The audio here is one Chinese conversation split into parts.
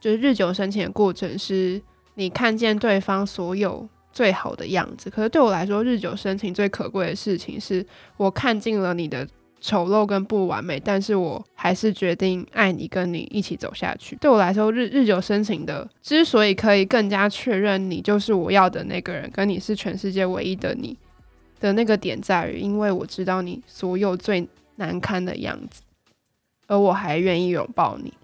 就是日久生情的过程是你看见对方所有最好的样子，可是对我来说日久生情最可贵的事情是我看尽了你的丑陋跟不完美，但是我还是决定爱你，跟你一起走下去。对我来说日久生情的之所以可以更加确认你就是我要的那个人，跟你是全世界唯一的你的那个点在于，因为我知道你所有最难堪的样子，而我还愿意拥抱你。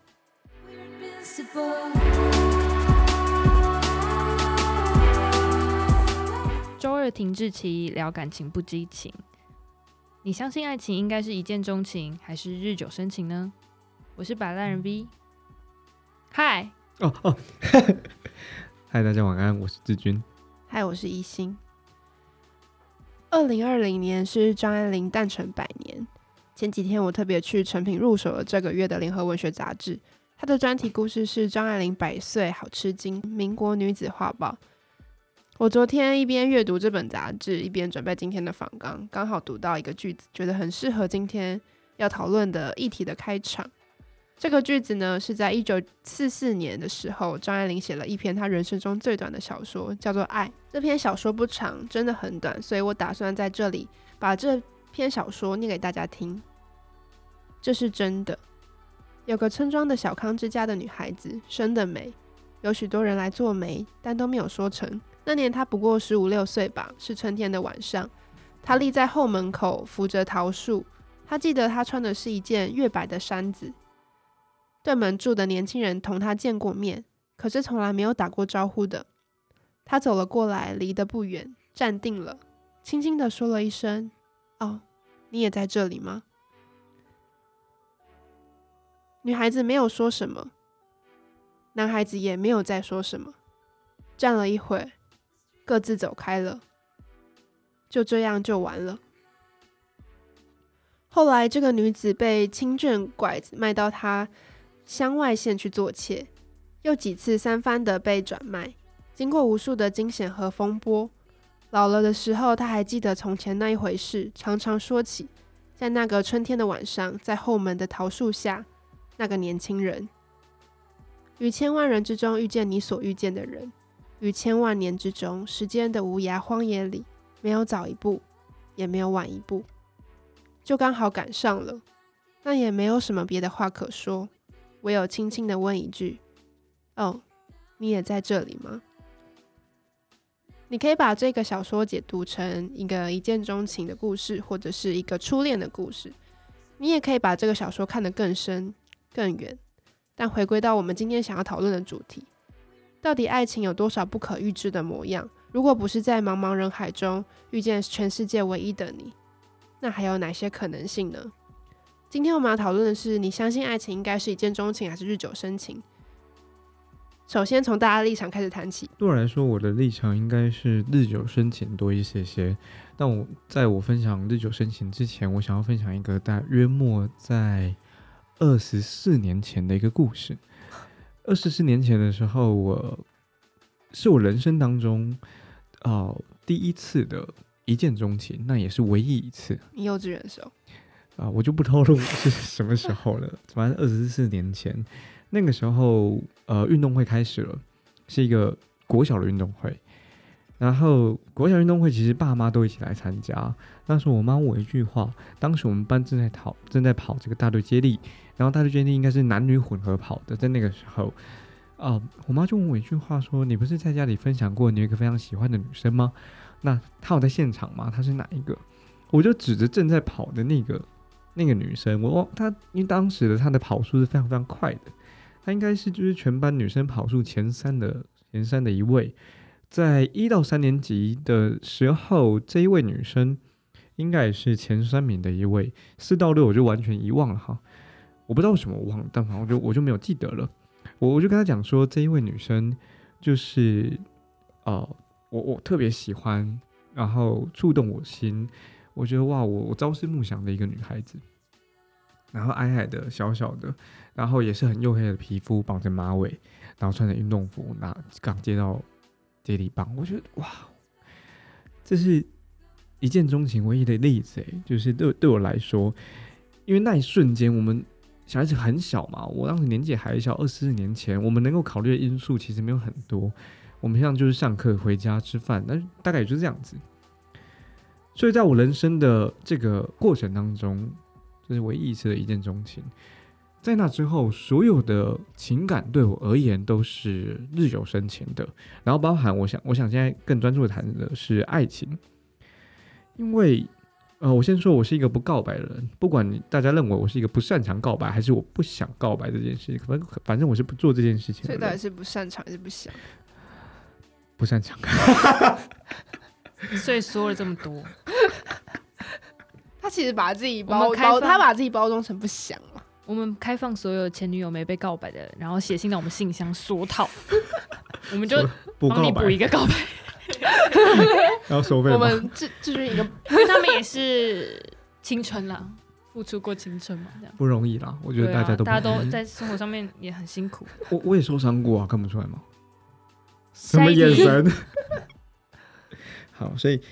周二停滞期，聊感情不激情。你相信爱情应该是一见钟情，还是日久生情呢？我是摆烂人 V。嗨， 嗨，大家晚安，我是志军。 嗨，我是一心。2020年是张爱玲诞辰100年。前几天我特别去诚品入手了这个月的联合文学杂志，它的专题故事是张爱玲100岁好吃惊民国女子画报。我昨天一边阅读这本杂志，一边准备今天的访纲，刚好读到一个句子，觉得很适合今天要讨论的议题的开场。这个句子呢，是在1944年的时候，张爱玲写了一篇她人生中最短的小说，叫做《爱》。这篇小说不长，真的很短，所以我打算在这里把这篇小说念给大家听。这是真的。有个村庄的小康之家的女孩子，生得美，有许多人来做媒，但都没有说成。那年她不过15、16岁吧，是春天的晚上，她立在后门口，扶着桃树。她记得她穿的是一件月白的衫子。对门住的年轻人同她见过面，可是从来没有打过招呼的。她走了过来，离得不远，站定了，轻轻地说了一声：“哦，你也在这里吗？”女孩子没有说什么，男孩子也没有再说什么，站了一会，各自走开了，就这样就完了。后来这个女子被亲眷拐子卖到她乡外县去做妾，又几次三番的被转卖，经过无数的惊险和风波。老了的时候，她还记得从前那一回事，常常说起，在那个春天的晚上，在后门的桃树下，那个年轻人，于千万人之中遇见你所遇见的人，于千万年之中，时间的无涯荒野里，没有早一步，也没有晚一步，就刚好赶上了。那也没有什么别的话可说，唯有轻轻地问一句：“哦，你也在这里吗？”你可以把这个小说解读成一个一见钟情的故事，或者是一个初恋的故事。你也可以把这个小说看得更深更远。但回归到我们今天想要讨论的主题，到底爱情有多少不可预知的模样？如果不是在茫茫人海中遇见全世界唯一的你，那还有哪些可能性呢？今天我们要讨论的是，你相信爱情应该是一见钟情还是日久生情？首先从大家的立场开始谈起。 对我来说，我的立场应该是日久生情多一些些。但在我分享日久生情之前，我想要分享一个大约莫在24年前的一个故事。24年前的时候，是我人生当中第一次的一见钟情，那也是唯一一次。 你幼稚园的时候我就不透露是什么时候了。反正24年前，那个时候运动会开始了，是一个国小的运动会。然后国小运动会其实爸妈都一起来参加。那时候我妈问我一句话，当时我们班正在跑这个大队接力，然后大队接力应该是男女混合跑的。在那个时候我妈就问我一句话说：“你不是在家里分享过你有一个非常喜欢的女生吗？那她有在现场吗？她是哪一个？”我就指着正在跑的那个女生，她因为当时的她的跑速是非常非常快的，她应该是就是全班女生跑速前三的一位。在1到3年级的时候，这一位女生应该也是前3名的一位。4到6我就完全遗忘了哈，我不知道为什么我忘了，但反正我就没有记得了。我就跟她讲说，这一位女生就是我特别喜欢，然后触动我心。我觉得哇，我朝思暮想的一个女孩子，然后矮矮的小小的，然后也是很黝黑的皮肤，绑着马尾，然后穿着运动服，拿杠接到接力棒。我觉得哇，这是一见钟情唯一的例子就是对我来说，因为那一瞬间我们小孩子很小嘛，我当时年纪还小，24年前，我们能够考虑的因素其实没有很多。我们像就是上课、回家、吃饭，但大概也就是这样子。所以在我人生的这个过程当中，这是唯一一次的一见钟情。在那之后，所有的情感对我而言都是日久生情的，然后包含我想现在更专注的谈的是爱情，因为我先说我是一个不告白的人，不管大家认为我是一个不擅长告白，还是我不想告白这件事情，反正我是不做这件事情的人。 所以到底是不擅长还是不想？ 不擅长。 所以说了这么多， 他其实把自己他把自己包装成不想嘛。 我们开放所有前女友没被告白的人，然后写信到我们信箱索讨，我们就帮你补一个告白， 要收费吗？ 我们这就是一个， 因为他们也是青春啦，付出过青春嘛，这样不容易啦。我觉得大家都大家都在生活上面也很辛苦。 我也受伤过啊，看不出来吗？什么眼神？好，所以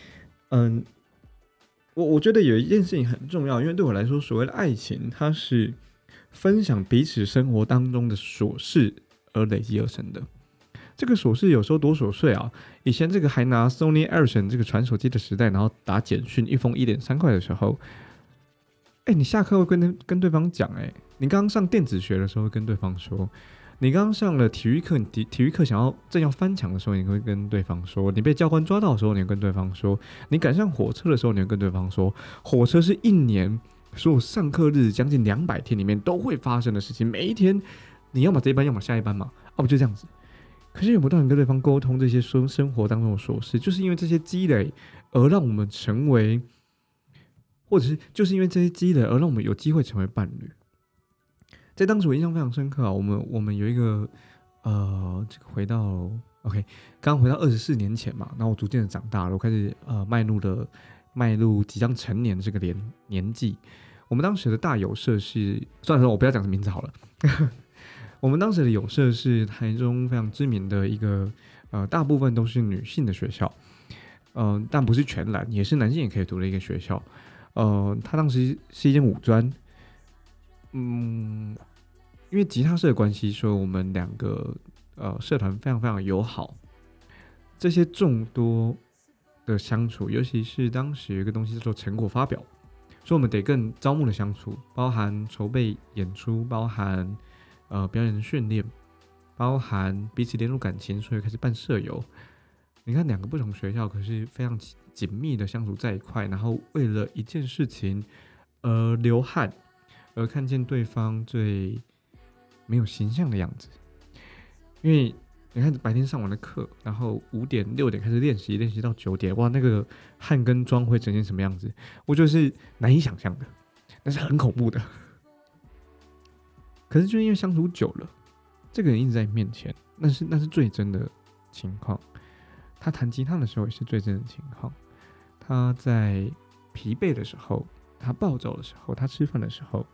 我觉得有一件事情很重要，因为对我来说，所谓的爱情，它是分享彼此生活当中的琐事而累积而成的。这个琐事有时候多琐碎啊！以前这个还拿 Sony Ericsson 这个传手机的时代，然后打简讯一封1.3块的时候，你下课会跟对方讲，你刚刚上电子学的时候会跟对方说，你刚刚上了体育课，你体育课正要翻墙的时候，你会跟对方说，你被教官抓到的时候，你会跟对方说，你赶上火车的时候，你会跟对方说，火车是一年所有上课日将近200天里面都会发生的事情，每一天你要么这一班，要么下一班嘛，不就这样子？可是有不断跟对方沟通这些生活当中的琐事，就是因为这些积累而让我们成为，或者是就是因为这些积累而让我们有机会成为伴侣。在当时我印象非常深刻啊，我们有一个这个回到 OK， 刚回到24年前嘛，然后我逐渐的长大了，我开始迈入即将成年的这个年纪。我们当时的大友社是，算了，我不要讲名字好了。我们当时的友社是台中非常知名的一个大部分都是女性的学校，但不是全然，也是男性也可以读的一个学校。它当时是一间五专，因为吉他社的关系，所以我们2个社团非常非常友好。这些众多的相处，尤其是当时有一个东西叫做成果发表，所以我们得更招募的相处，包含筹备演出，包含表演的训练，包含彼此联络感情，所以开始办社游。你看2个不同学校，可是非常紧密的相处在一块，然后为了一件事情而流汗，而看见对方最没有形象的样子。因为你看白天上完的课，然后5点6点开始练习到9点，哇，那个汗跟妆会呈现什么样子，我觉得是难以想象的，那是很恐怖的。可是就因为相处久了，这个人一直在你面前，那是最真的情况。他弹吉他的时候也是最真的情况，他在疲惫的时候，他暴走的时候，他吃饭的时候，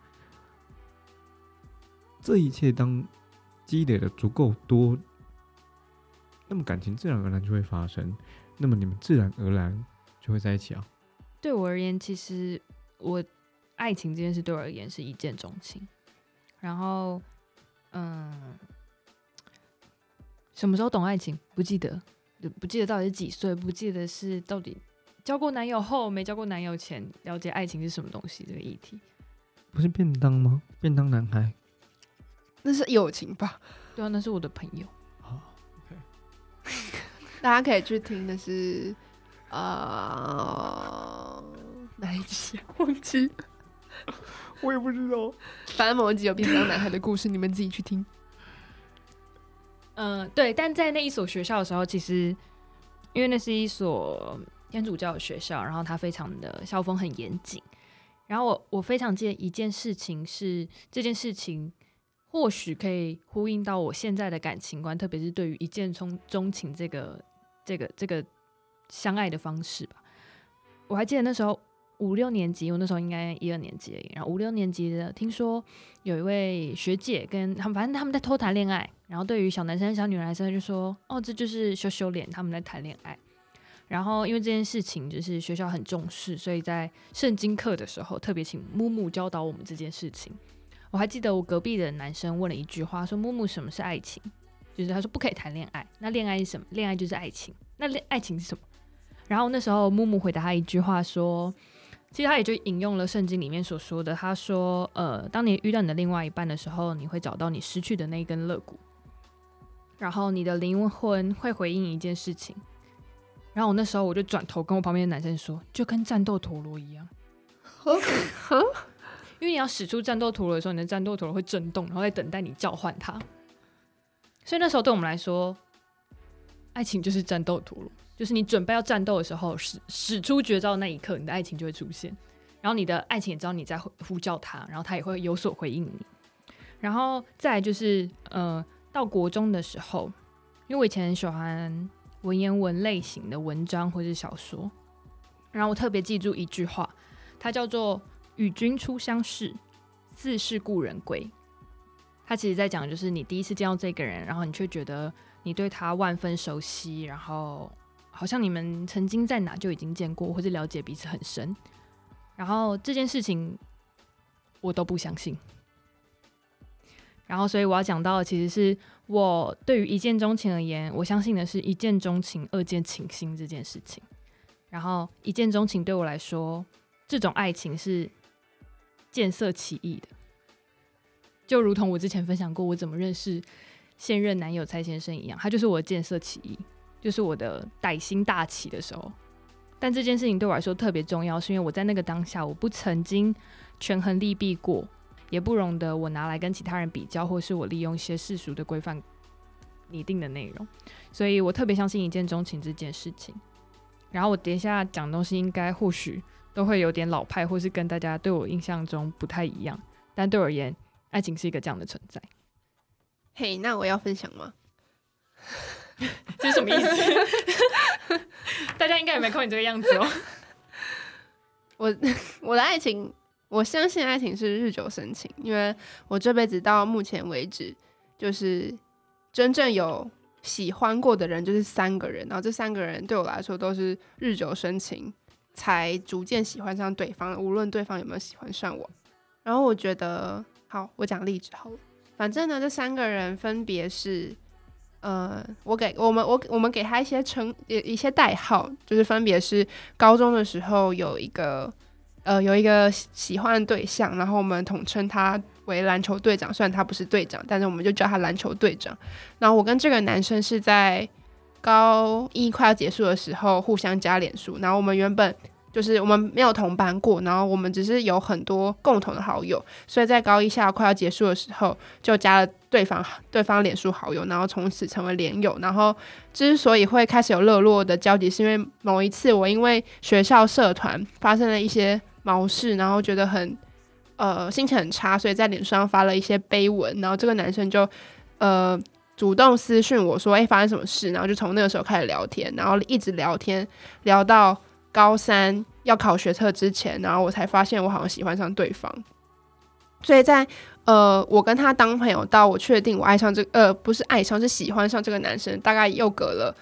这一切当积累的足够多，那么感情自然而然就会发生，那么你们自然而然就会在一起啊。 对我而言，其实爱情这件事对我而言是一见钟情。然后，什么时候懂爱情？不记得到底是几岁，不记得是到底交过男友后没交过男友前了解爱情是什么东西这个议题。 不是便当吗？便当男孩， 那是友情吧？ 对啊，那是我的朋友。 大家可以去听的是哪一集忘记了， 我也不知道。 反正某一集有便当男孩的故事，你们自己去听。 对，但在那一所学校的时候，其实因为那是一所天主教的学校，然后它非常的校风很严谨。然后我非常记得一件事情是，这件事情或许可以呼应到我现在的感情观，特别是对于一见钟情这个相爱的方式吧。我还记得那时候5、6年级，我那时候应该1、2年级而已。然后5、6年级的，听说有一位学姐跟他们，反正他们在偷谈恋爱。然后对于小男生、小女孩生就说：“哦，这就是羞脸，他们在谈恋爱。”然后因为这件事情就是学校很重视，所以在圣经课的时候特别请木木教导我们这件事情。我我还记得我隔壁的男生问了一句话，说木木什么是爱情？就是他说不可以谈恋爱，那恋爱是什么？恋爱就是爱情，那爱情是什么？然后那时候木木回答他一句话说，其实他也就引用了圣经里面所说的，他说当你遇到你的另外一半的时候，你会找到你失去的那一根肋骨，然后你的灵魂会回应一件事情。然后我那时候我就转头跟我旁边的男生说，就跟战斗陀螺一样因为你要使出战斗陀螺的时候，你的战斗陀螺会震动，然后在等待你召唤它。所以那时候对我们来说，爱情就是战斗陀螺，就是你准备要战斗的时候，使出绝招的那一刻，你的爱情就会出现，然后你的爱情也知道你在呼叫他，然后他也会有所回应你。然后再来就是到国中的时候，因为我以前很喜欢文言文类型的文章或是小说，然后我特别记住一句话，它叫做与君初相识，似是故人归。他其实在讲就是你第一次见到这个人，然后你却觉得你对他万分熟悉，然后好像你们曾经在哪就已经见过，或是了解彼此很深，然后这件事情我都不相信。然后所以我要讲到的其实是我对于一见钟情而言，我相信的是一见钟情二见倾心这件事情。然后一见钟情对我来说，这种爱情是见色起意的，就如同我之前分享过我怎么认识现任男友蔡先生一样，他就是我的见色起意，就是我的歹心大起的时候。但这件事情对我来说特别重要，是因为我在那个当下我不曾经权衡利弊过，也不容得我拿来跟其他人比较，或是我利用一些世俗的规范拟定的内容，所以我特别相信一见钟情这件事情。然后我等一下讲的东西应该或许都会有点老派，或是跟大家对我印象中不太一样，但对我而言，爱情是一个这样的存在。 嘿，那我要分享吗？ 这是什么意思？大家应该也没看过你这个样子哦。 我的爱情，我相信爱情是日久生情，因为我这辈子到目前为止，就是真正有喜欢过的人就是3个人，然后这3个人对我来说都是日久生情才逐渐喜欢上对方，无论对方有没有喜欢上我。然后我觉得，好，我讲例子好了。反正呢，这3个人分别是，我们给他一些代号，就是分别是高中的时候有一个喜欢的对象，然后我们统称他为篮球队长，虽然他不是队长，但是我们就叫他篮球队长。然后我跟这个男生是在高一快要结束的时候互相加脸书，然后我们原本就是我们没有同班过，然后我们只是有很多共同的好友，所以在高一下快要结束的时候就加了对方脸书好友，然后从此成为连友。然后之所以会开始有热络的交集，是因为某一次我因为学校社团发生了一些毛事，然后觉得很心情很差，所以在脸书上发了一些碑文，然后这个男生就主动私讯我说发生什么事，然后就从那个时候开始聊天，然后一直聊天聊到高3要考学测之前，然后我才发现我好像喜欢上对方。所以在我跟他当朋友到我确定我爱上不是爱上，是喜欢上这个男生，大概又隔了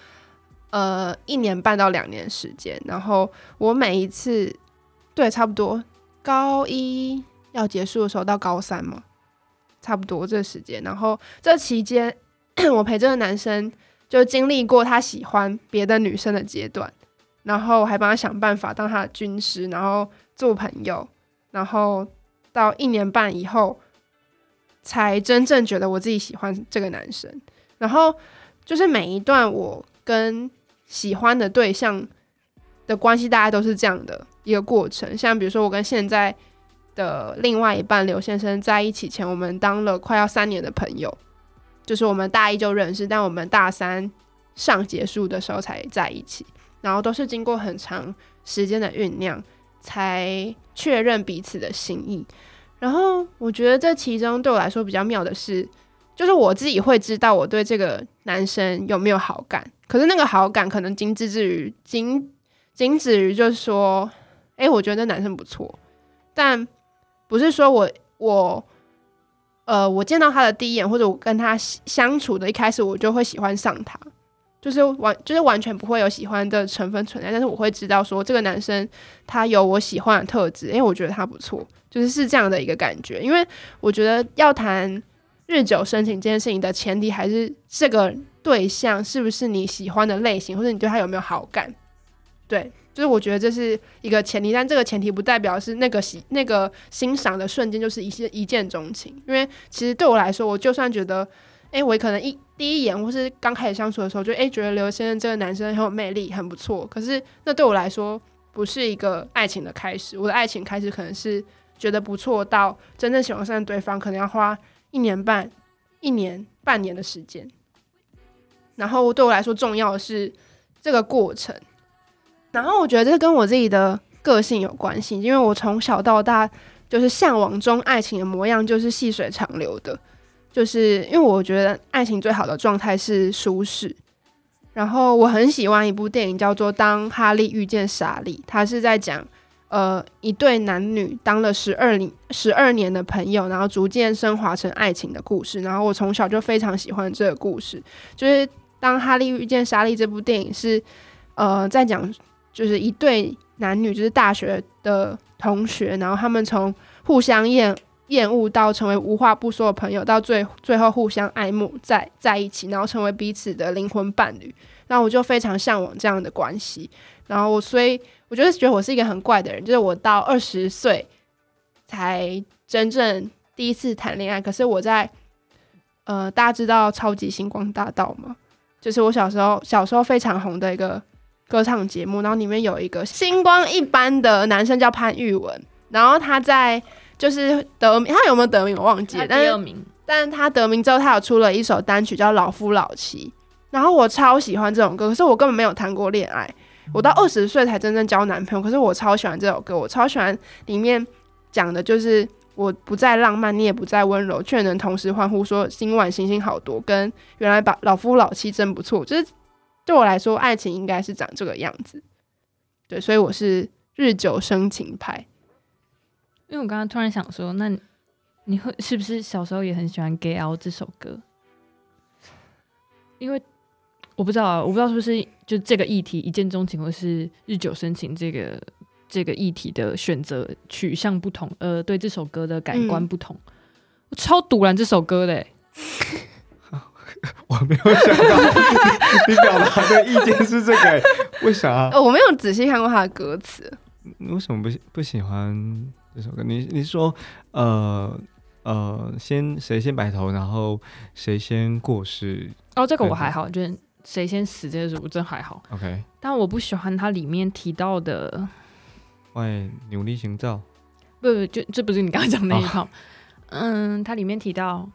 1年半到2年时间。然后我每一次对差不多高1要结束的时候到高3嘛，差不多这时间。然后这期间我陪这个男生就经历过他喜欢别的女生的阶段，然后还帮他想办法当他的军师，然后做朋友，然后到1年半以后才真正觉得我自己喜欢这个男生。然后就是每一段我跟喜欢的对象的关系大概都是这样的一个过程。像比如说我跟现在的另外一半刘先生在一起前，我们当了快要3年的朋友，就是我们大1就认识，但我们大3上结束的时候才在一起，然后都是经过很长时间的酝酿才确认彼此的心意。然后我觉得这其中对我来说比较妙的是，就是我自己会知道我对这个男生有没有好感，可是那个好感可能仅止于就是说我觉得那男生不错，但不是说我见到他的第一眼，或者我跟他相处的一开始我就会喜欢上他， 就是完全不会有喜欢的成分存在，但是我会知道说这个男生他有我喜欢的特质，因为我觉得他不错，就是这样的一个感觉。因为我觉得要谈日久生情这件事情的前提还是这个对象是不是你喜欢的类型，或者你对他有没有好感。对，就是我觉得这是一个前提，但这个前提不代表是那个欣赏的瞬间就是一见钟情。因为其实对我来说，我就算觉得我可能第一眼或是刚开始相处的时候就觉得刘先生这个男生很有魅力很不错，可是那对我来说不是一个爱情的开始。我的爱情开始可能是觉得不错到真正喜欢上对方可能要花1年半1年半年的时间，然后对我来说重要的是这个过程。然后我觉得这跟我自己的个性有关系，因为我从小到大就是向往中爱情的模样就是细水长流的，就是因为我觉得爱情最好的状态是舒适。然后我很喜欢一部电影叫做《当哈利遇见莎莉》，它是在讲一对男女当了12年的朋友，然后逐渐升华成爱情的故事。然后我从小就非常喜欢这个故事，就是《当哈利遇见莎莉》这部电影是在讲就是一对男女，就是大学的同学，然后他们从互相厌恶到成为无话不说的朋友，到最后互相爱慕在一起，然后成为彼此的灵魂伴侣。然后我就非常向往这样的关系。然后所以我觉得我是一个很怪的人，就是我到20岁才真正第一次谈恋爱。可是我在大家知道超级星光大道吗？就是我小时候非常红的一个歌唱节目，然后里面有一个星光一般的男生叫潘裕文，然后他在就是得名，他有没有得名我忘记了， 他第2名。 但他得名之后，他有出了一首单曲叫《老夫老妻》，然后我超喜欢这种歌，可是我根本没有谈过恋爱，我到20岁才真正交男朋友，可是我超喜欢这首歌，我超喜欢里面讲的就是我不再浪漫，你也不再温柔，却能同时欢呼说今晚星星好多，跟原来把老夫老妻真不错，就是对我来说爱情应该是长这个样子。对，所以我是日久生情派。 因为我刚刚突然想说，那你会是不是小时候也很喜欢《Get Out》这首歌？因为我不知道是不是就这个议题一见钟情，或是日久生情这个议题的选择取向不同，对这首歌的感官不同。我超堵拦这首歌的我没有想到你表达的意见是这个为啥？ 我没有仔细看过他的歌词。 为什么不喜欢这首歌？你说谁先白头，然后谁先过世？ 这个我还好，就是谁先死这个我真还好。 OK， 但我不喜欢它里面提到的努力行造。 不，就这不是你刚刚讲的那一套。它里面提到，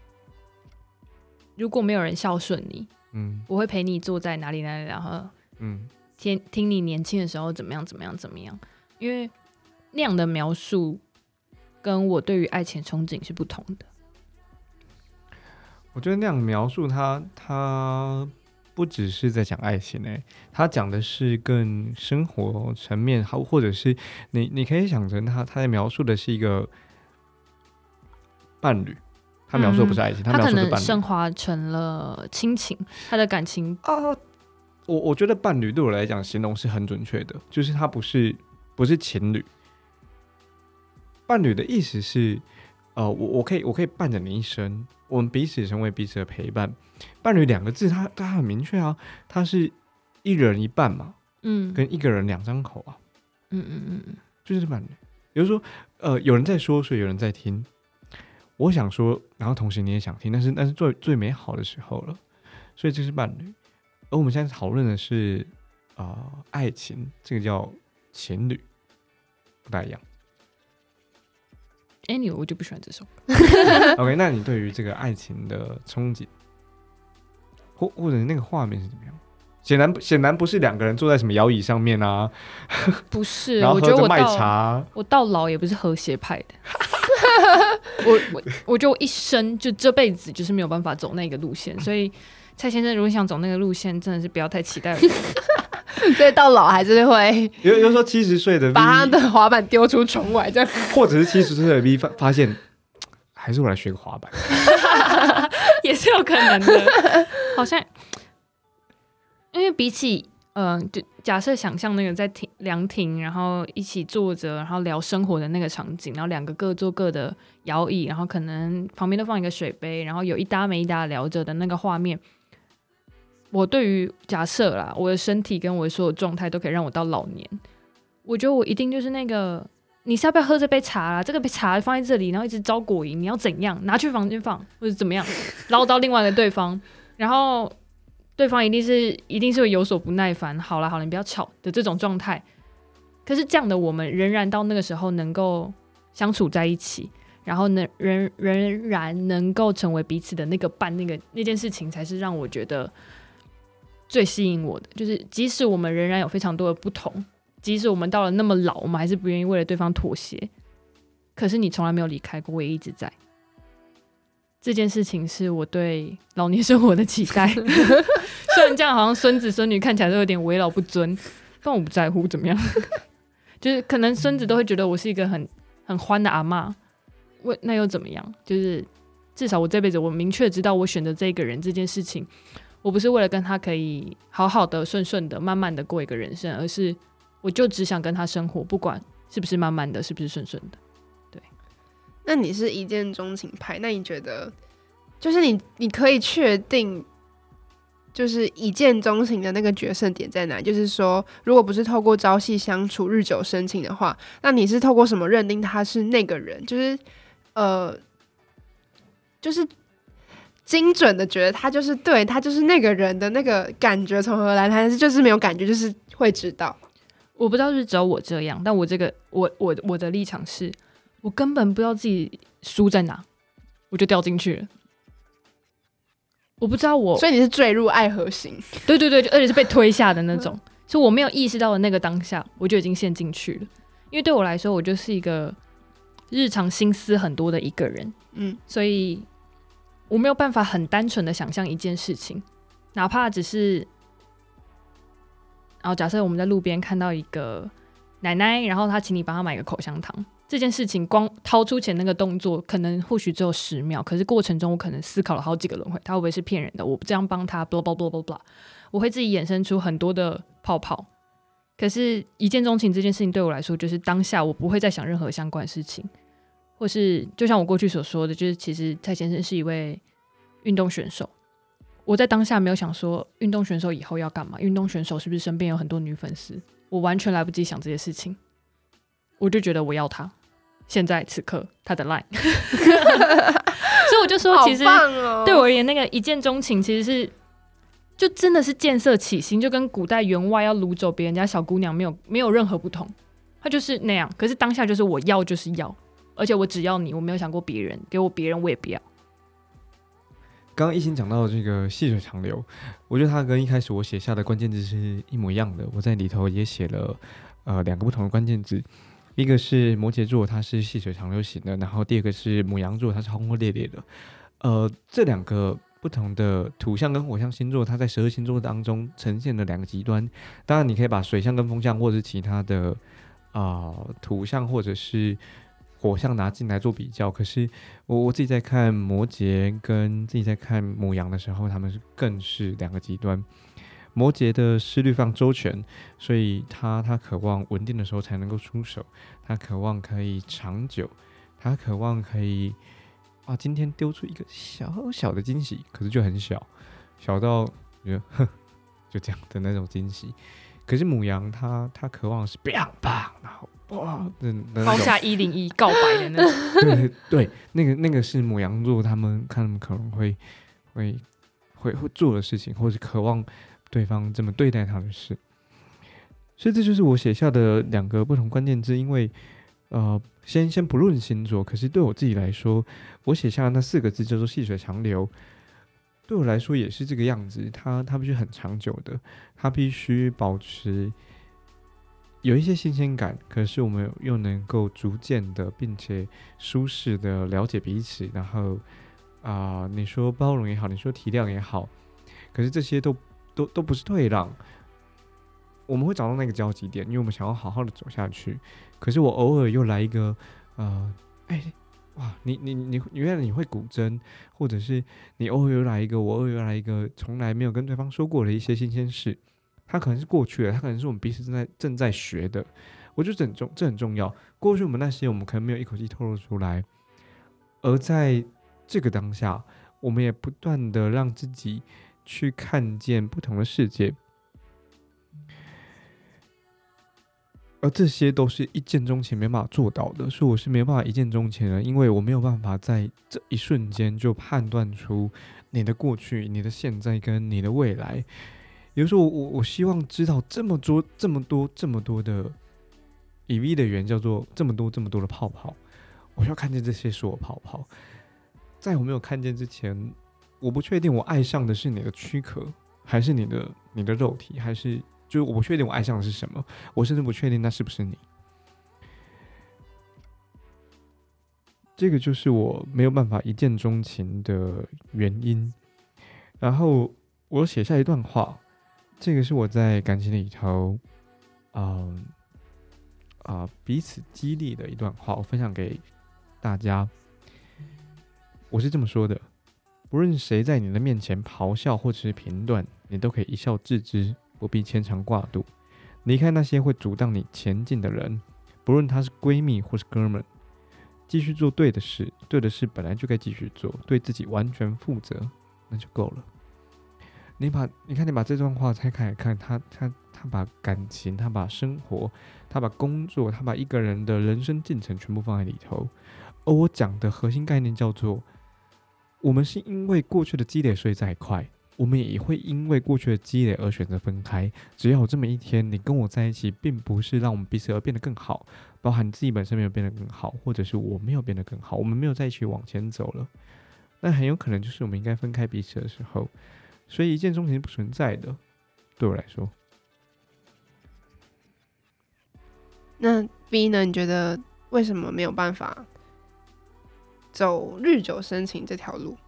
如果没有人孝顺你，我会陪你坐在哪里哪里，然后听你年轻的时候怎么样怎么样怎么样。因为那样的描述跟我对于爱情憧憬是不同的。 我觉得那样描述他不只是在讲爱情他讲的是更生活层面，或者是你可以想成他在描述的是一个伴侣，他描述的不是爱情，他描述的伴侣， 他可能升华成了亲情，他的感情我觉得伴侣对我来讲形容是很准确的，就是他不是情侣。伴侣的意思是我可以伴着你一生，我们彼此成为彼此的陪伴。伴侣2个字它很明确啊，它是一人一半嘛，跟一个人2张口啊，就是伴侣。比如说有人在说，所以有人在听，我想说，然后同时你也想听，但是最美好的时候了，所以这是伴侣。而我们现在讨论的是爱情，这个叫情侣，不大一样。 Anyway， 我就不喜欢这首歌。 OK， 那你对于这个爱情的憧憬，或者那个画面是怎么样？显然不是2个人坐在什么摇椅上面啊， 不是， 然后我觉得麦茶， 我到老也不是和谐派的。我觉得我一生就这辈子就是没有办法走那个路线，所以蔡先生如果想走那个路线，真的是不要太期待了。 所以到老还是会有说70岁的 V 把他的滑板丢出窗外，这样， 或者是70岁的 V 发现还是我来学个滑板， 也是有可能的。好像因为比起就假设想象那个在凉亭，然后一起坐着，然后聊生活的那个场景，然后两个各坐各的摇椅，然后可能旁边都放一个水杯，然后有一搭没一搭聊着的那个画面，我对于假设啦，我的身体跟我的所有状态都可以让我到老年，我觉得我一定就是那个，你是要不要喝这杯茶啦？这个杯茶放在这里，然后一直招果蝇，你要怎样？拿去房间放，或者怎么样捞到另外的对方，然后对方一定是会有所不耐烦，好了，你不要吵的这种状态。可是这样的我们仍然到那个时候能够相处在一起，然后仍然能够成为彼此的那个伴，那件事情才是让我觉得最吸引我的。就是即使我们仍然有非常多的不同，即使我们到了那么老，我们还是不愿意为了对方妥协，可是你从来没有离开过，我也一直在。这件事情是我对老年生活的期待虽然这样好像孙子孙女看起来都有点为老不尊，但我不在乎怎么样就是可能孙子都会觉得我是一个很欢的阿嬷，那又怎么样？就是至少我这辈子我明确知道我选择这个人这件事情，我不是为了跟他可以好好的顺顺的慢慢的过一个人生，而是我就只想跟他生活，不管是不是慢慢的，是不是顺顺的。 那你是一见钟情派，那你觉得就是你可以确定就是一见钟情的那个决胜点在哪？就是说如果不是透过朝夕相处日久生情的话，那你是透过什么认定他是那个人？就是精准的觉得他就是对，他就是那个人的那个感觉从何来？还是就是没有感觉，就是会知道？ 我不知道是只有我这样，但我的立场是，我根本不知道自己输在哪，我就掉进去了。我不知道所以你是坠入爱河型？ 对，而且是被推下的那种。所以我没有意识到的那个当下，我就已经陷进去了。因为对我来说，我就是一个日常心思很多的一个人，所以我没有办法很单纯的想象一件事情，哪怕只是，然后假设我们在路边看到一个奶奶，然后她请你帮她买个口香糖，这件事情光掏出钱那个动作，可能或许只有10秒，可是过程中我可能思考了好几个轮回，他会不会是骗人的？我这样帮他 blah blah blah blah blah， 我会自己衍生出很多的泡泡。可是一见钟情这件事情对我来说，就是当下我不会再想任何相关的事情，或是就像我过去所说的，就是其实蔡先生是一位运动选手，我在当下没有想说运动选手以后要干嘛，运动选手是不是身边有很多女粉丝，我完全来不及想这些事情，我就觉得我要他，现在此刻他的 line 所以我就说其实对我而言那个一见钟情其实是就真的是见色起心，就跟古代员外要掳走别人家小姑娘没有任何不同，他就是那样。可是当下就是我要就是要，而且我只要你，我没有想过别人，给我别人我也不要。 刚刚一心讲到这个细水长流，我觉得它跟一开始我写下的关键字是一模一样的。我在里头也写了2个不同的关键字，一个是摩羯座，它是细水长流型的，然后第二个是牡羊座，它是轰轰烈烈的。这2个不同的土象跟火象星座，它在12星座当中呈现了2个极端。当然，你可以把水象跟风象或者是其他的土象或者是火象拿进来做比较，可是我自己在看摩羯跟自己在看牡羊的时候，他们更是2个极端。摩羯的思虑非常周全，所以他渴望稳定的时候才能够出手，他渴望可以长久，他渴望可以今天丢出一个小小的惊喜，可是就很小，小到觉得就这样的那种惊喜。可是牡羊他渴望的是 bang bang， 然后哇抛下101告白的那种对，那个是牡羊座他们可能会做的事情，或者渴望对方这么对待他的事。所以这就是我写下的2个不同关键字。因为先不论星座，可是对我自己来说，我写下的那4个字叫做细水长流，对我来说也是这个样子。它必须很长久的，它必须保持有一些新鲜感，可是我们又能够逐渐的并且舒适的了解彼此，然后你说包容也好，你说体谅也好，可是这些都不是退让。我们会找到那个交集点，因为我们想要好好的走下去。可是我偶尔又来一个哇，你原来你会古筝，或者是你偶尔又来一个，我偶尔又来一个，从来没有跟对方说过的一些新鲜事，它可能是过去的，它可能是我们彼此正在学的。我觉得这很重要。过去我们那些我们可能没有一口气透露出来，而在这个当下，我们也不断的让自己去看见不同的世界。而这些都是一见钟情没办法做到的，所以我是没办法一见钟情的，因为我没有办法在这一瞬间就判断出你的过去、你的现在跟你的未来。有时候我希望知道这么多的以 V 的圆叫做这么多的泡泡，我需要看见这些所有泡泡。在我没有看见之前，我不确定我爱上的是你的躯壳，还是你的肉体，还是就是我不确定我爱上的是什么，我甚至不确定那是不是你。这个就是我没有办法一见钟情的原因。然后我写下一段话，这个是我在感情里头，彼此激励的一段话，我分享给大家。我是这么说的：不论谁在你的面前咆哮或者是评断，你都可以一笑置之，不必牵肠挂肚。离开那些会阻挡你前进的人，不论他是闺蜜或是哥们，继续做对的事。对的事本来就该继续做，对自己完全负责，那就够了。你把这段话拆开来看，他把感情，他把生活，他把工作，他把一个人的人生进程全部放在里头。而我讲的核心概念叫做，我们是因为过去的积累所以在一块，我们也会因为过去的积累而选择分开。只要有这么一天，你跟我在一起，并不是让我们彼此而变得更好，包含你自己本身没有变得更好，或者是我没有变得更好，我们没有在一起往前走了，那很有可能就是我们应该分开彼此的时候。所以一见钟情是不存在的，对我来说。 那 B 呢？你觉得为什么没有办法走日久生情这条路？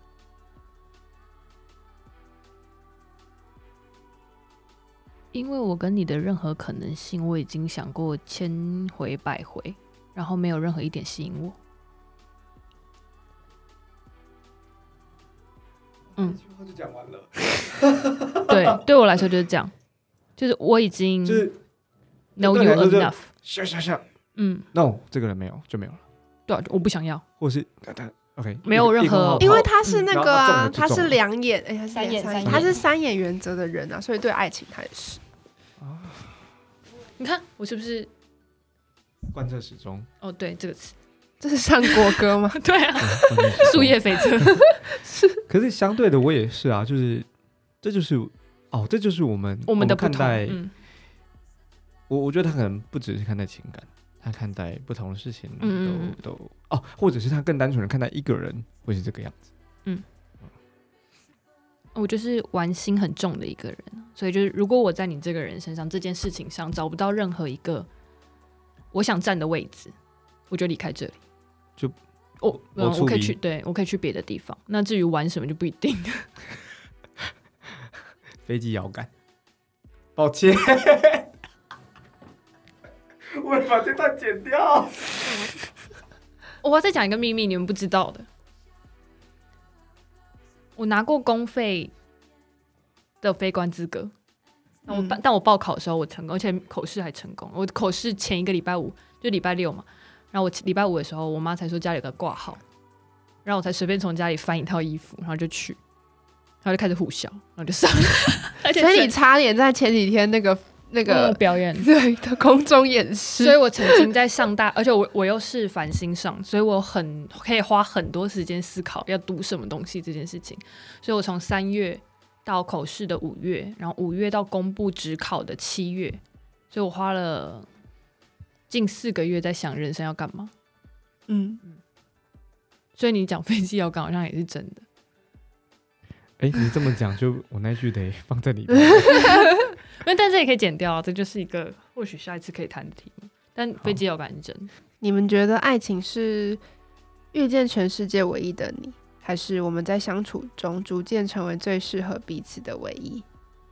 因为我跟你的任何可能性，我已经想过千回百回，然后没有任何一点吸引我。 这句话就讲完了。 对，对我来说就是这样，就是我已经 know you enough。 No， 这个人没有就没有了。 对啊，我不想要， 或是OK， 没有任何， 因为他是那个啊，他是中了两眼，他是三眼原则的人啊，所以对爱情他也是。 你看我是不是贯彻始终？ 哦，对这个词， 这是唱国歌吗？ 对啊，树叶翡翠。 可是相对的，我也是啊，就是这就是我们的看待。 我觉得他可能不只是看待情感，他看待不同的事情都或者是他更单纯的看待一个人会是这个样子。 我就是玩心很重的一个人，所以就是如果我在你这个人身上这件事情上找不到任何一个我想站的位置，我就离开这里。我可以去，对，我可以去别的地方。那至于玩什么就不一定。 飞机遥感，抱歉，我会把这段剪掉。 我要再讲一个秘密，你们不知道的。我拿过公费的飞官资格，但我报考的时候我成功，而且口试还成功。我口试前一个礼拜五，就礼拜六嘛，然后我礼拜五的时候，我妈才说家里有个挂号，然后我才随便从家里翻一套衣服，然后就去，然后就开始互笑，然后就上。 所以你差点在前几天那个表演对的空中演示， 所以我曾经在上大，而且我又是繁星上，所以我可以花很多时间思考要读什么东西这件事情。所以我从3月到口试的5月，然后5月到公布指考的7月，所以我花了近4个月在想人生要干嘛。所以你讲飞机遥感好像也是真的。 你这么讲，就我那句得放在里面。 但这也可以剪掉啊，这就是一个或许下一次可以谈的题目。但飞机遥感是真的。 你们觉得爱情是遇见全世界唯一的你，还是我们在相处中逐渐成为最适合彼此的唯一？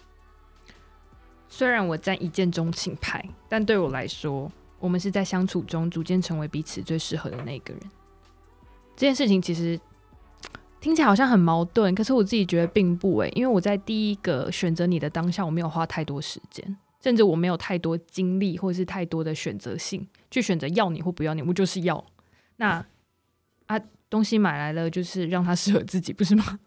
虽然我站一见钟情派，但对我来说，我们是在相处中逐渐成为彼此最适合的那个人。 这件事情其实听起来好像很矛盾，可是我自己觉得并不因为我在第一个选择你的当下，我没有花太多时间，甚至我没有太多精力或是太多的选择性去选择要你或不要你，我就是要。那东西买来了，就是让它适合自己，不是吗？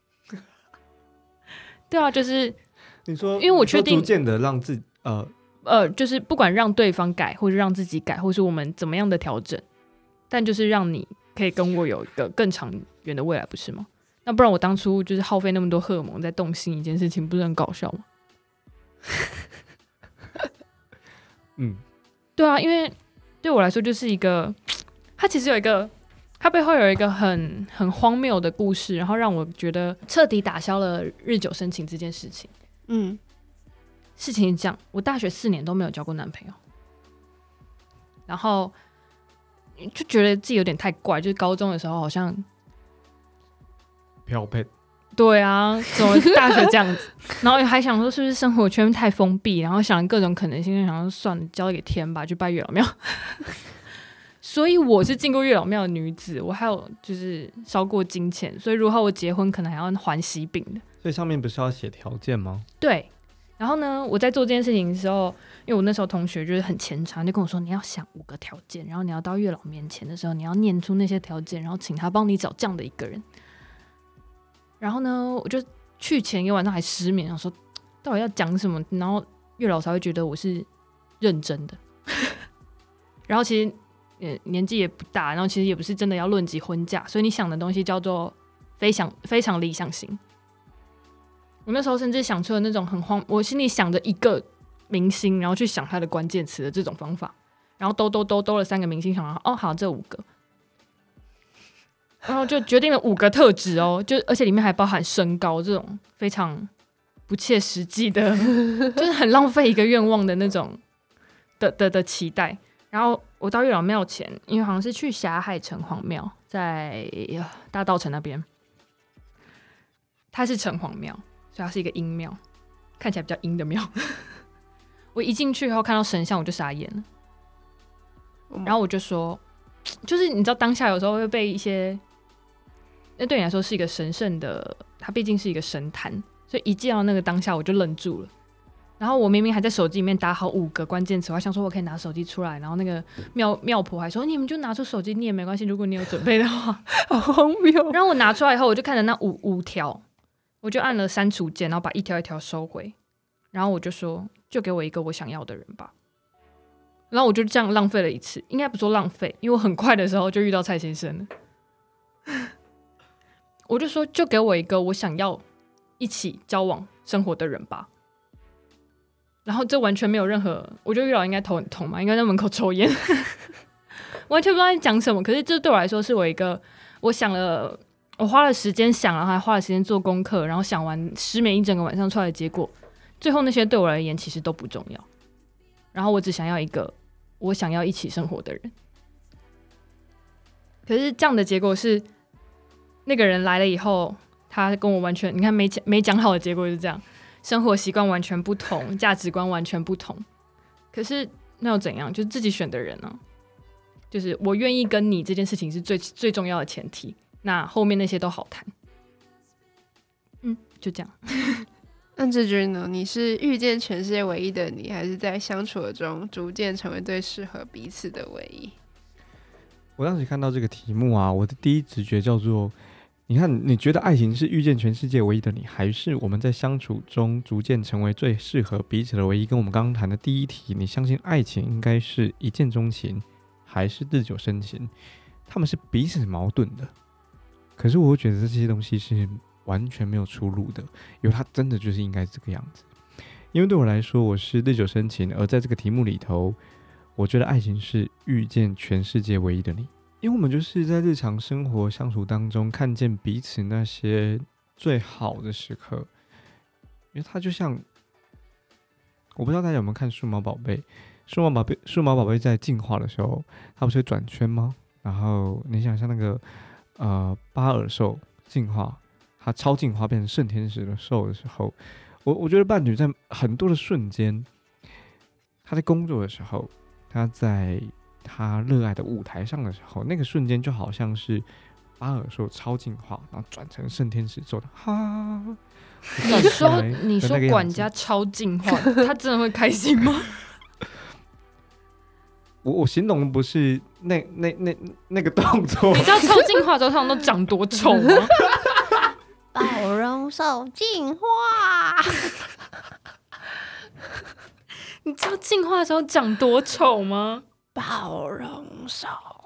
对啊，就是你说， 因为我确定逐渐的让自己就是不管让对方改，或者让自己改，或是我们怎么样的调整，但就是让你可以跟我有一个更长远的未来，不是吗？那不然我当初就是耗费那么多荷尔蒙在动心一件事情，不是很搞笑吗？对啊，因为对我来说就是一个，它其实有一个，它背后有一个很荒谬的故事，然后让我觉得彻底打消了日久生情这件事情。事情是这样，我大学4年都没有交过男朋友，然后就觉得自己有点太怪，就是高中的时候好像漂配， 对啊，怎么大学这样子？然后还想说是不是生活圈太封闭，然后想各种可能性，就想说算了，交给天吧，去拜月老庙。所以我是进过月老庙的女子，我还有就是烧过金钱，所以如果我结婚，可能还要还喜饼的。 所以上面不是要写条件吗？ 对。然后呢，我在做这件事情的时候，因为我那时候同学就是很虔诚，就跟我说你要想5个条件，然后你要到月老面前的时候，你要念出那些条件，然后请他帮你找这样的一个人。然后呢，我就去前一个晚上还失眠，然后说到底要讲什么，然后月老才会觉得我是认真的。然后其实年纪也不大，然后其实也不是真的要论及婚嫁，所以你想的东西叫做非常理想型。我那时候甚至想出了那种很荒，我心里想着一个明星，然后去想他的关键词的这种方法，然后兜了3个明星，想到好这5个，然后就决定了5个特质就而且里面还包含身高这种非常不切实际的，就是很浪费一个愿望的那种的期待。然后我到月老庙前，因为好像是去霞海城隍庙，在大稻埕那边，它是城隍庙。所以它是一个阴庙，看起来比较阴的庙。我一进去以后看到神像，我就傻眼了。然后我就说，就是你知道当下有时候会被一些，那对你来说是一个神圣的，它毕竟是一个神坛，所以一见到那个当下我就愣住了。然后我明明还在手机里面打好5个关键词，我还想说我可以拿手机出来，然后那个庙婆还说你们就拿出手机，你也没关系，如果你有准备的话。 好荒谬。 然后我拿出来以后，我就看着那五条。我就按了删除键，然后把一条一条收回，然后我就说，就给我一个我想要的人吧。然后我就这样浪费了一次，应该不说浪费，因为我很快的时候就遇到蔡先生了。我就说，就给我一个我想要一起交往生活的人吧。然后这完全没有任何，我觉得月老应该头很痛嘛，应该在门口抽烟，完全不知道在讲什么。可是这对我来说是我一个，我花了时间想，然后还花了时间做功课，然后想完失眠一整个晚上出来的结果，最后那些对我而言其实都不重要。然后我只想要一个我想要一起生活的人。可是这样的结果是，那个人来了以后，他跟我完全，你看没讲好的结果就是这样，生活习惯完全不同，价值观完全不同。可是那又怎样？就是自己选的人呢、就是我愿意跟你这件事情是最重要的前提。那后面那些都好谈，就这样。 那志军呢？你是遇见全世界唯一的你，还是在相处的中逐渐成为最适合彼此的唯一？ 我当时看到这个题目啊，我的第一直觉叫做：你看，你觉得爱情是遇见全世界唯一的你，还是我们在相处中逐渐成为最适合彼此的唯一？跟我们刚刚谈的第一题，你相信爱情应该是一见钟情，还是日久生情？他们是彼此矛盾的。可是我觉得这些东西是完全没有出路的，因为它真的就是应该这个样子。因为对我来说，我是日久生情，而在这个题目里头，我觉得爱情是遇见全世界唯一的你。因为我们就是在日常生活相处当中看见彼此那些最好的时刻，因为它就像，我不知道大家有没有看数码宝贝，数码宝贝在进化的时候，它不是会转圈吗？然后你想象那个巴尔兽进化，它超进化变成圣天使的兽的时候，我觉得伴侣在很多的瞬间，他在工作的时候，他在他热爱的舞台上的时候，那个瞬间就好像是巴尔说超进化，然后转成圣天使咒的哈。 你说管家超进化，他真的会开心吗？ 我形容的不是那个动作。 你知道超进化之后他们都长多丑吗？ 包容手进化。 你知道进化的时候长多丑吗？ 包容手。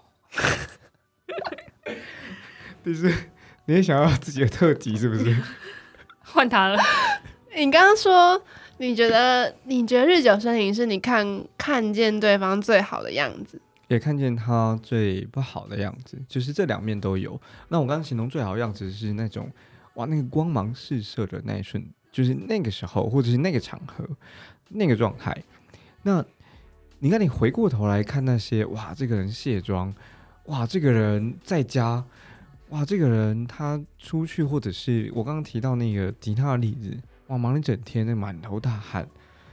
你也想要自己的特辑是不是？ 换他了。 你刚刚说你觉得日久生情是你看见对方最好的样子， 也看见他最不好的样子，就是这两面都有。那我刚刚形容最好的样子是那种哇，那个光芒四射的那一瞬，就是那个时候或者是那个场合那个状态。那你看你回过头来看那些哇，这个人卸妆，哇，这个人在家，哇，这个人他出去，或者是我刚刚提到那个吉他的例子，哇，忙了一整天，那满头大汗，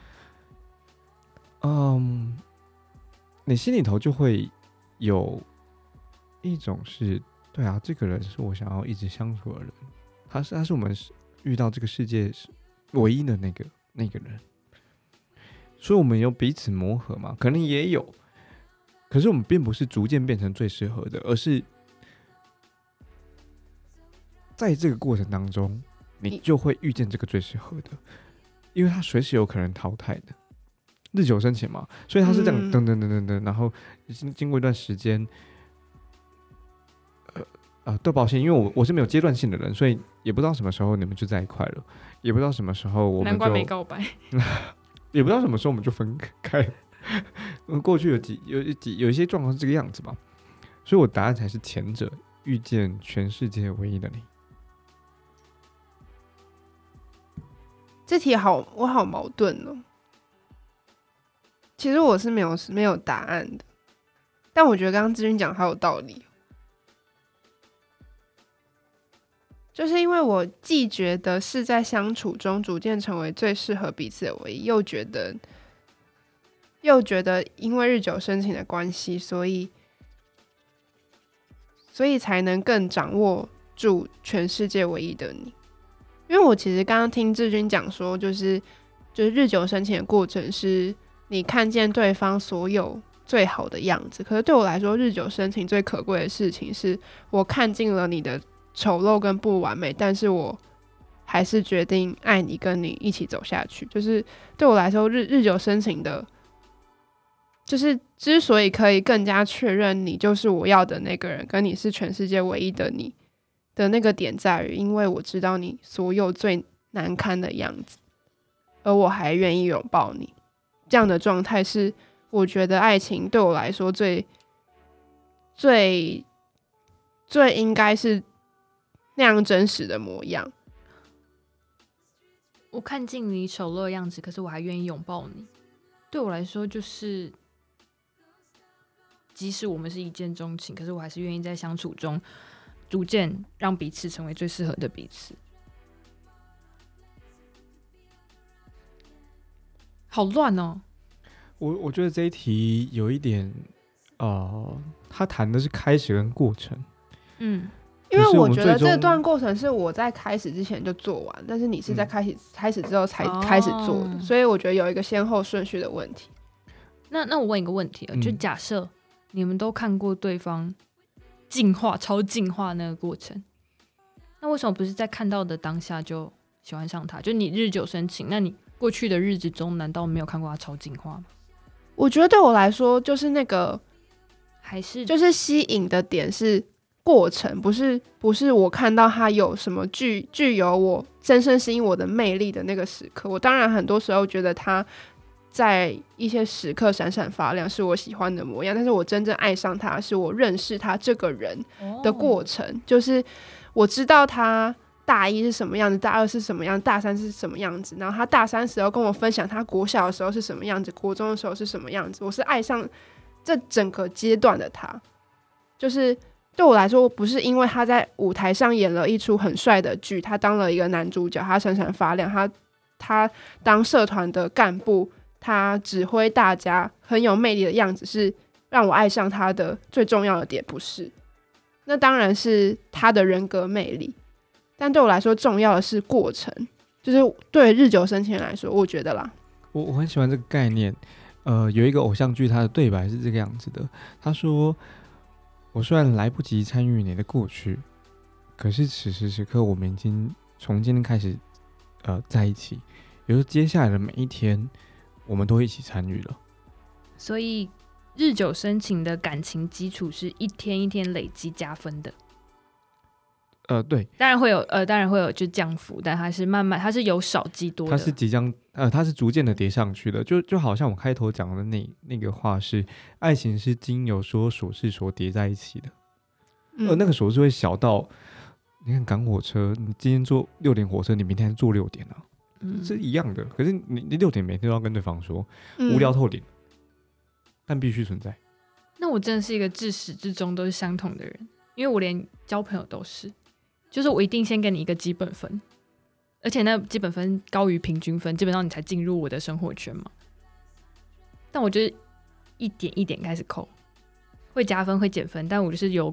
你心里头就会有一种是，对啊，这个人是我想要一直相处的人，他是我们遇到这个世界唯一的那个人，所以我们有彼此磨合嘛，可能也有，可是我们并不是逐渐变成最适合的，而是在这个过程当中，你就会遇见这个最适合的，因为他随时有可能淘汰的，日久生情嘛，所以他是这样等等等等等，然后经过一段时间，对，抱歉，因为我是没有阶段性的人，所以也不知道什么时候你们就在一块了，也不知道什么时候我们就难怪没告白， 也不知道什么时候我们就分开了。过去有一些状况是这个样子吧，所以我答案才是前者，遇见全世界唯一的你。 这题我好矛盾哦。其实我是没有答案的，但我觉得刚刚志军讲好有道理，就是因为我既觉得是在相处中逐渐成为最适合彼此的唯一，又觉得因为日久生情的关系，所以才能更掌握住全世界唯一的你。因为我其实刚刚听志军讲说，就是日久生情的过程是你看见对方所有最好的样子，可是对我来说，日久生情最可贵的事情是我看尽了你的丑陋跟不完美，但是我还是决定爱你，跟你一起走下去。就是对我来说，日久生情的，就是之所以可以更加确认你就是我要的那个人，跟你是全世界唯一的你的那个点在于，因为我知道你所有最难堪的样子，而我还愿意拥抱你。这样的状态是我觉得爱情对我来说最应该是那样真实的模样。 我看尽你丑陋的样子，可是我还愿意拥抱你。对我来说，就是即使我们是一见钟情，可是我还是愿意在相处中逐渐让彼此成为最适合的彼此。好乱哦！ 我觉得这一题有一点，他谈的是开始跟过程， 因为我觉得这段过程是我在开始之前就做完，但是你是在开始之后才开始做的，所以我觉得有一个先后顺序的问题。 那我问一个问题就假设你们都看过对方超进化那个过程，那为什么不是在看到的当下就喜欢上他？就你日久生情，那你过去的日子中难道没有看过他超进化吗？ 我觉得对我来说，就是那个还是就是吸引的点是过程，不是我看到他有什么具有我深深吸引我的魅力的那个时刻。我当然很多时候觉得他在一些时刻闪闪发亮，是我喜欢的模样，但是我真正爱上他是我认识他这个人的过程，就是我知道他大一是什么样子，大二是什么样子，大三是什么样子，然后他大三时候跟我分享他国小的时候是什么样子，国中的时候是什么样子，我是爱上这整个阶段的他。就是对我来说，不是因为他在舞台上演了一出很帅的剧，他当了一个男主角，他闪闪发亮，他当社团的干部，他指挥大家很有魅力的样子是让我爱上他的最重要的点，不是。 那当然是他的人格魅力，但对我来说重要的是过程，就是对日久生情来说，我觉得啦， 我很喜欢这个概念。有一个偶像剧，它的对白是这个样子的，他说：“我虽然来不及参与你的过去，可是此时此刻我们已经从今天开始，在一起，也就是接下来的每一天，我们都一起参与了。” 所以日久生情的感情基础是一天一天累积加分的。 对， 当然会有就降幅，但它是慢慢，它是由少积多的。 它是即将它是逐渐的叠上去的，就好像我开头讲的那个话是，爱情是经由所有琐事所叠在一起的，那个琐事会小到，你看赶火车，你今天坐6点火车，你明天坐6点啊，是一样的。可是你6点每天都要跟对方说，无聊透顶，但必须存在。 那我真的是一个自始至终都是相同的人，因为我连交朋友都是。就是我一定先给你一个基本分，而且那基本分高于平均分，基本上你才进入我的生活圈嘛。但我就是一点一点开始扣，会加分会减分，但我就是由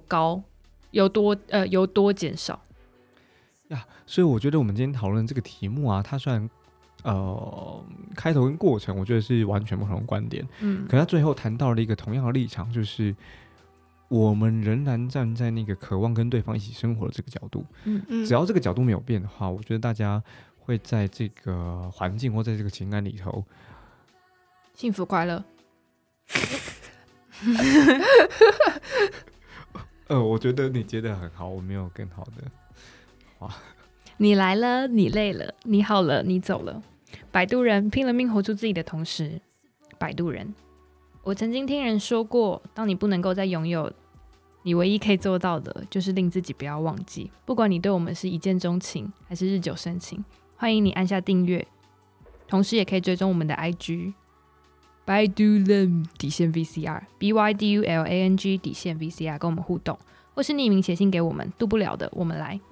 多减少呀。所以我觉得我们今天讨论这个题目啊，它虽然开头跟过程我觉得是完全不同的观点，可它最后谈到了一个同样的立场，就是我们仍然站在那个渴望跟对方一起生活的这个角度，只要这个角度没有变的话，我觉得大家会在这个环境或在这个情感里头幸福快乐。 我觉得你接得很好，我没有更好的话。 你来了，你累了，你好了，你走了。摆渡人拼了命活出自己的同时，摆渡人。我曾经听人说过，当你不能够再拥有，你唯一可以做到的就是令自己不要忘记，不管你对我们是一见钟情还是日久生情。欢迎你按下订阅，同时也可以追踪我们的 IG Baidulang VCR BYDULANG VCR 跟我们互动，或是匿名写信给我们，渡不了的我们来。